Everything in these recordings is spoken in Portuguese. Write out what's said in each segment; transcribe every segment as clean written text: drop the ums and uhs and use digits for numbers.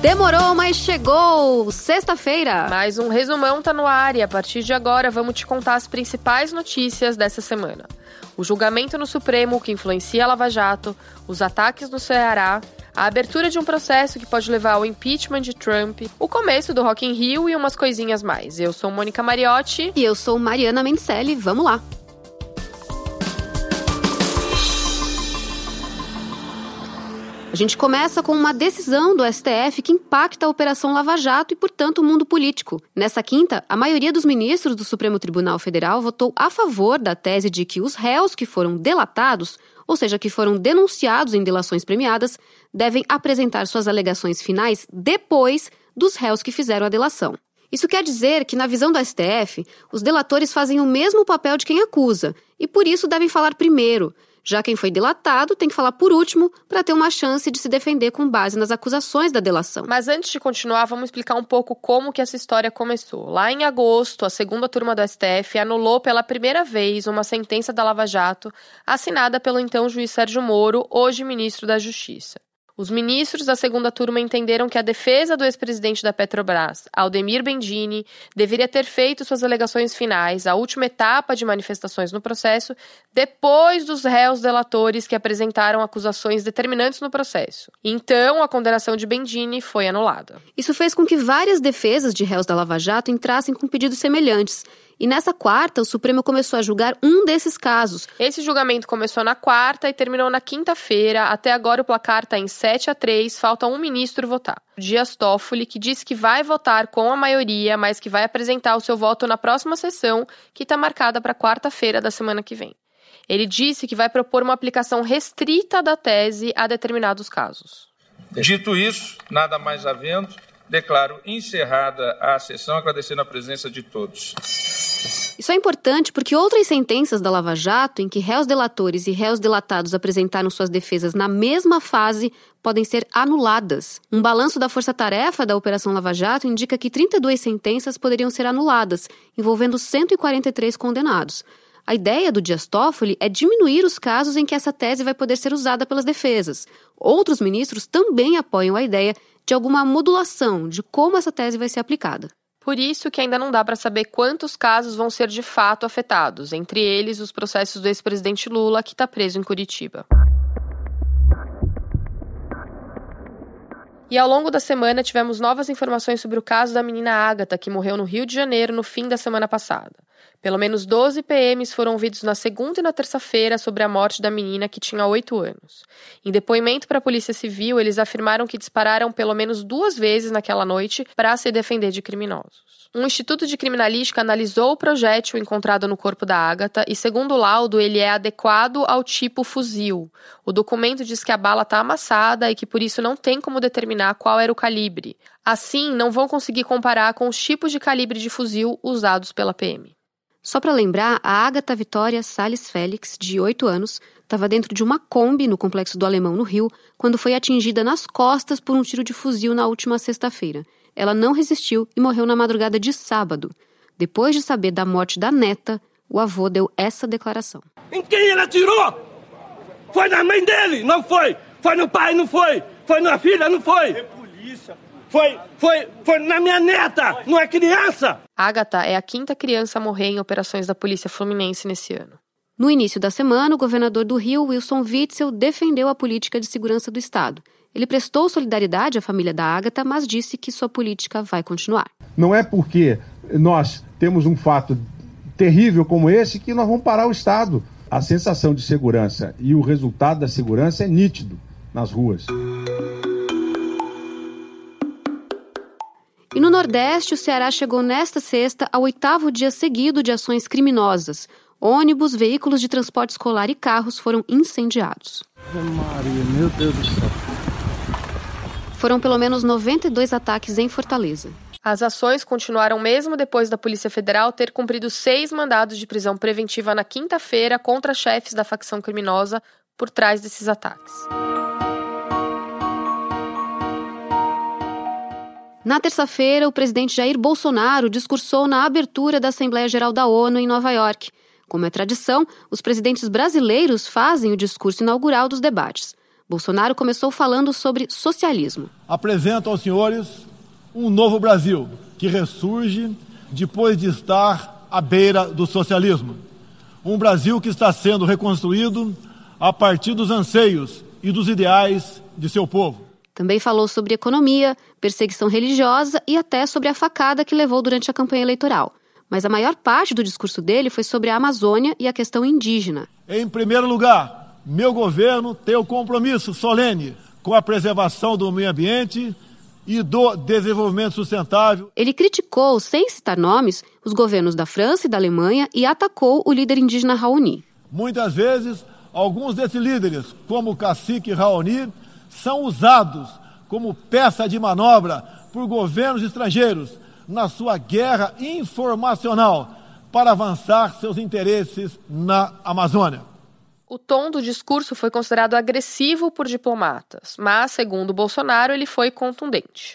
Demorou, mas chegou! Sexta-feira! Mais um resumão tá no ar e a partir de agora vamos te contar as principais notícias dessa semana. O julgamento no Supremo que influencia a Lava Jato, os ataques no Ceará, a abertura de um processo que pode levar ao impeachment de Trump, o começo do Rock in Rio e umas coisinhas mais. Eu sou Mônica Mariotti. E eu sou Mariana Mencelli. Vamos lá! A gente começa com uma decisão do STF que impacta a Operação Lava Jato e, portanto, o mundo político. Nessa quinta, a maioria dos ministros do Supremo Tribunal Federal votou a favor da tese de que os réus que foram delatados, ou seja, que foram denunciados em delações premiadas, devem apresentar suas alegações finais depois dos réus que fizeram a delação. Isso quer dizer que, na visão do STF, os delatores fazem o mesmo papel de quem acusa e, por isso, devem falar primeiro. Já quem foi delatado tem que falar por último para ter uma chance de se defender com base nas acusações da delação. Mas antes de continuar, vamos explicar um pouco como que essa história começou. Lá em agosto, a segunda turma do STF anulou pela primeira vez uma sentença da Lava Jato assinada pelo então juiz Sérgio Moro, hoje ministro da Justiça. Os ministros da segunda turma entenderam que a defesa do ex-presidente da Petrobras, Aldemir Bendini, deveria ter feito suas alegações finais, a última etapa de manifestações no processo, depois dos réus delatores que apresentaram acusações determinantes no processo. Então, a condenação de Bendini foi anulada. Isso fez com que várias defesas de réus da Lava Jato entrassem com pedidos semelhantes. E nessa quarta, o Supremo começou a julgar um desses casos. Esse julgamento começou na quarta e terminou na quinta-feira. Até agora o placar está em 7-3, falta um ministro votar. Dias Toffoli, que disse que vai votar com a maioria, mas que vai apresentar o seu voto na próxima sessão, que está marcada para quarta-feira da semana que vem. Ele disse que vai propor uma aplicação restrita da tese a determinados casos. Dito isso, nada mais havendo, declaro encerrada a sessão, agradecendo a presença de todos. Isso é importante porque outras sentenças da Lava Jato, em que réus delatores e réus delatados apresentaram suas defesas na mesma fase, podem ser anuladas. Um balanço da Força-Tarefa da Operação Lava Jato indica que 32 sentenças poderiam ser anuladas, envolvendo 143 condenados. A ideia do Dias Toffoli é diminuir os casos em que essa tese vai poder ser usada pelas defesas. Outros ministros também apoiam a ideia de alguma modulação de como essa tese vai ser aplicada. Por isso que ainda não dá para saber quantos casos vão ser de fato afetados, entre eles os processos do ex-presidente Lula, que está preso em Curitiba. E ao longo da semana tivemos novas informações sobre o caso da menina Ágata, que morreu no Rio de Janeiro no fim da semana passada. Pelo menos 12 PMs foram ouvidos na segunda e na terça-feira sobre a morte da menina, que tinha 8 anos. Em depoimento para a Polícia Civil, eles afirmaram que dispararam pelo menos 2 vezes naquela noite para se defender de criminosos. Um instituto de criminalística analisou o projétil encontrado no corpo da Ágata e, segundo o laudo, ele é adequado ao tipo fuzil. O documento diz que a bala está amassada e que por isso não tem como determinar qual era o calibre. Assim, não vão conseguir comparar com os tipos de calibre de fuzil usados pela PM. Só para lembrar, a Ágata Vitória Salles Félix, de 8 anos, estava dentro de uma Kombi no Complexo do Alemão, no Rio, quando foi atingida nas costas por um tiro de fuzil na última sexta-feira. Ela não resistiu e morreu na madrugada de sábado. Depois de saber da morte da neta, o avô deu essa declaração. Em quem ela atirou? Foi na mãe dele, não foi. Foi no pai, não foi. Foi na filha, não foi. É polícia. Foi na minha neta, não é criança! Ágata é a 5ª criança a morrer em operações da Polícia Fluminense nesse ano. No início da semana, o governador do Rio, Wilson Witzel, defendeu a política de segurança do Estado. Ele prestou solidariedade à família da Ágata, mas disse que sua política vai continuar. Não é porque nós temos um fato terrível como esse que nós vamos parar o Estado. A sensação de segurança e o resultado da segurança é nítido nas ruas. E no Nordeste, o Ceará chegou nesta sexta ao 8º dia seguido de ações criminosas. Ônibus, veículos de transporte escolar e carros foram incendiados. Maria, meu Deus do céu. Foram pelo menos 92 ataques em Fortaleza. As ações continuaram mesmo depois da Polícia Federal ter cumprido 6 mandados de prisão preventiva na quinta-feira contra chefes da facção criminosa por trás desses ataques. Na terça-feira, o presidente Jair Bolsonaro discursou na abertura da Assembleia Geral da ONU em Nova York. Como é tradição, os presidentes brasileiros fazem o discurso inaugural dos debates. Bolsonaro começou falando sobre socialismo. Apresento aos senhores um novo Brasil que ressurge depois de estar à beira do socialismo. Um Brasil que está sendo reconstruído a partir dos anseios e dos ideais de seu povo. Também falou sobre economia, perseguição religiosa e até sobre a facada que levou durante a campanha eleitoral. Mas a maior parte do discurso dele foi sobre a Amazônia e a questão indígena. Em primeiro lugar, meu governo tem o compromisso solene com a preservação do meio ambiente e do desenvolvimento sustentável. Ele criticou, sem citar nomes, os governos da França e da Alemanha e atacou o líder indígena Raoni. Muitas vezes, alguns desses líderes, como o cacique Raoni, são usados como peça de manobra por governos estrangeiros na sua guerra informacional para avançar seus interesses na Amazônia. O tom do discurso foi considerado agressivo por diplomatas, mas, segundo Bolsonaro, ele foi contundente.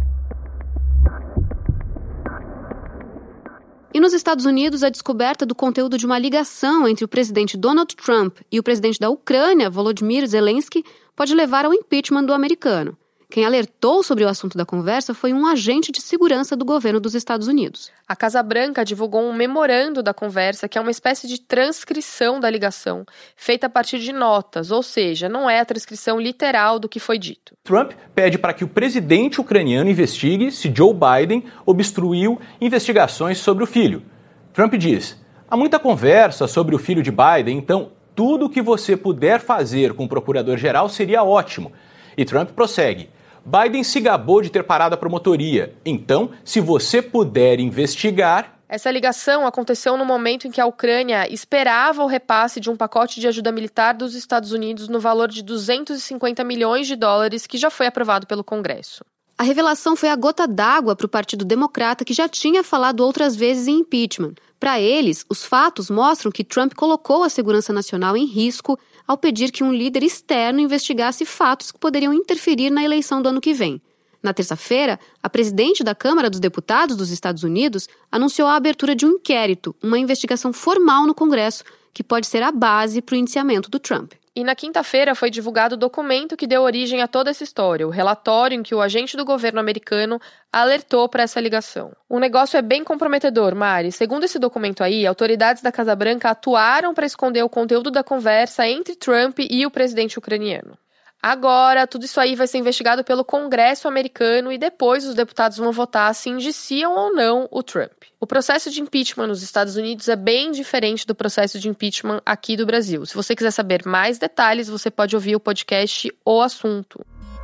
E nos Estados Unidos, a descoberta do conteúdo de uma ligação entre o presidente Donald Trump e o presidente da Ucrânia, Volodymyr Zelensky, pode levar ao impeachment do americano. Quem alertou sobre o assunto da conversa foi um agente de segurança do governo dos Estados Unidos. A Casa Branca divulgou um memorando da conversa, que é uma espécie de transcrição da ligação, feita a partir de notas, ou seja, não é a transcrição literal do que foi dito. Trump pede para que o presidente ucraniano investigue se Joe Biden obstruiu investigações sobre o filho. Trump diz: há muita conversa sobre o filho de Biden, então tudo o que você puder fazer com o procurador-geral seria ótimo. E Trump prossegue: Biden se gabou de ter parado a promotoria. Então, se você puder investigar... Essa ligação aconteceu no momento em que a Ucrânia esperava o repasse de um pacote de ajuda militar dos Estados Unidos no valor de $250 milhões que já foi aprovado pelo Congresso. A revelação foi a gota d'água para o Partido Democrata, que já tinha falado outras vezes em impeachment. Para eles, os fatos mostram que Trump colocou a segurança nacional em risco ao pedir que um líder externo investigasse fatos que poderiam interferir na eleição do ano que vem. Na terça-feira, a presidente da Câmara dos Deputados dos Estados Unidos anunciou a abertura de um inquérito, uma investigação formal no Congresso, que pode ser a base para o indiciamento do Trump. E na quinta-feira foi divulgado o documento que deu origem a toda essa história, o relatório em que o agente do governo americano alertou para essa ligação. O negócio é bem comprometedor, Mari. Segundo esse documento aí, autoridades da Casa Branca atuaram para esconder o conteúdo da conversa entre Trump e o presidente ucraniano. Agora, tudo isso aí vai ser investigado pelo Congresso americano e depois os deputados vão votar se indiciam ou não o Trump. O processo de impeachment nos Estados Unidos é bem diferente do processo de impeachment aqui do Brasil. Se você quiser saber mais detalhes, você pode ouvir o podcast O Assunto.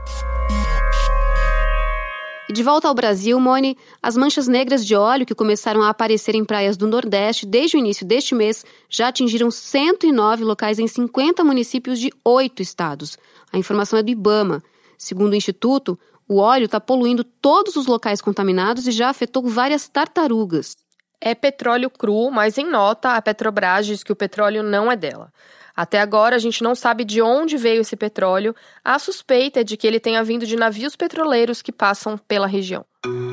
E de volta ao Brasil, Moni, as manchas negras de óleo que começaram a aparecer em praias do Nordeste desde o início deste mês já atingiram 109 locais em 50 municípios de 8 estados. A informação é do IBAMA. Segundo o Instituto, o óleo está poluindo todos os locais contaminados e já afetou várias tartarugas. É petróleo cru, mas em nota, a Petrobras diz que o petróleo não é dela. Até agora, a gente não sabe de onde veio esse petróleo. A suspeita é de que ele tenha vindo de navios petroleiros que passam pela região.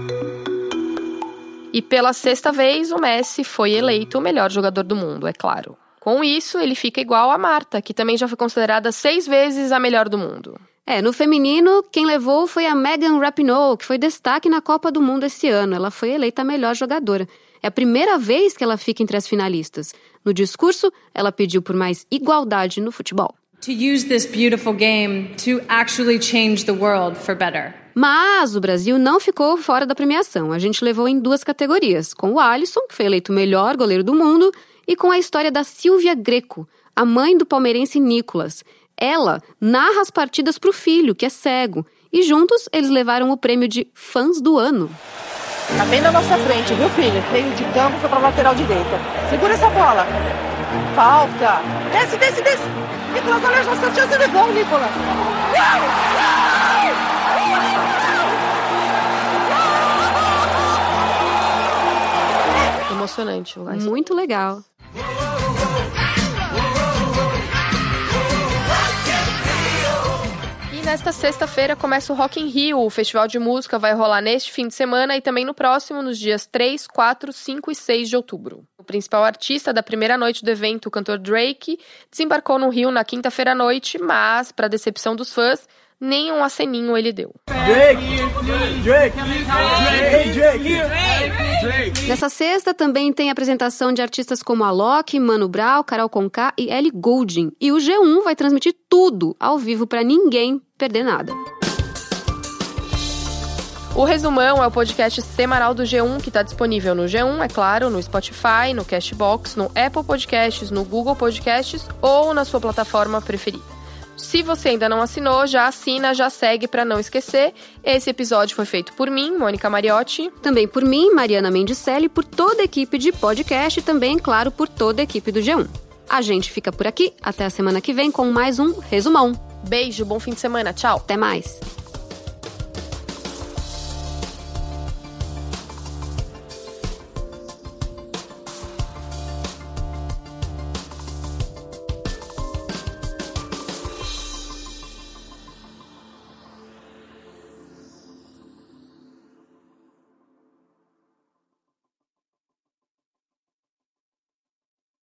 E pela sexta vez, o Messi foi eleito o melhor jogador do mundo, é claro. Com isso, ele fica igual a Marta, que também já foi considerada 6 vezes a melhor do mundo. No feminino, quem levou foi a Megan Rapinoe, que foi destaque na Copa do Mundo esse ano. Ela foi eleita a melhor jogadora. É a primeira vez que ela fica entre as finalistas. No discurso, ela pediu por mais igualdade no futebol. To use this beautiful game to actually change the world for better. Mas o Brasil não ficou fora da premiação. A gente levou em 2 categorias, com o Alisson, que foi eleito o melhor goleiro do mundo, e com a história da Silvia Greco, a mãe do palmeirense Nicolas. Ela narra as partidas para o filho, que é cego, e juntos eles levaram o prêmio de Fãs do Ano. Tá bem na nossa frente, viu, filho? Meio de campo, foi pra lateral direita. Segura essa bola. Falta. Desce. Nicolas, olha a nossa chance de gol, Nicolas. Emocionante, Lázaro. Muito legal. nesta sexta-feira começa o Rock in Rio. O festival de música vai rolar neste fim de semana e também no próximo, nos dias 3, 4, 5 e 6 de outubro. O principal artista da primeira noite do evento, o cantor Drake, desembarcou no Rio na quinta-feira à noite, mas, para decepção dos fãs, nem um aceninho ele deu. Nessa sexta também tem apresentação de artistas como Alok, Mano Brown, Carol Conká e Ellie Goulding. E o G1 vai transmitir tudo ao vivo para ninguém perder nada. O Resumão é o podcast semanal do G1 que está disponível no G1, é claro, no Spotify, no Castbox, no Apple Podcasts, no Google Podcasts ou na sua plataforma preferida. Se você ainda não assinou, já assina, já segue para não esquecer. Esse episódio foi feito por mim, Mônica Mariotti. Também por mim, Mariana Mendicelli, por toda a equipe de podcast e também, claro, por toda a equipe do G1. A gente fica por aqui, até a semana que vem com mais um Resumão. Beijo, bom fim de semana, tchau. Até mais.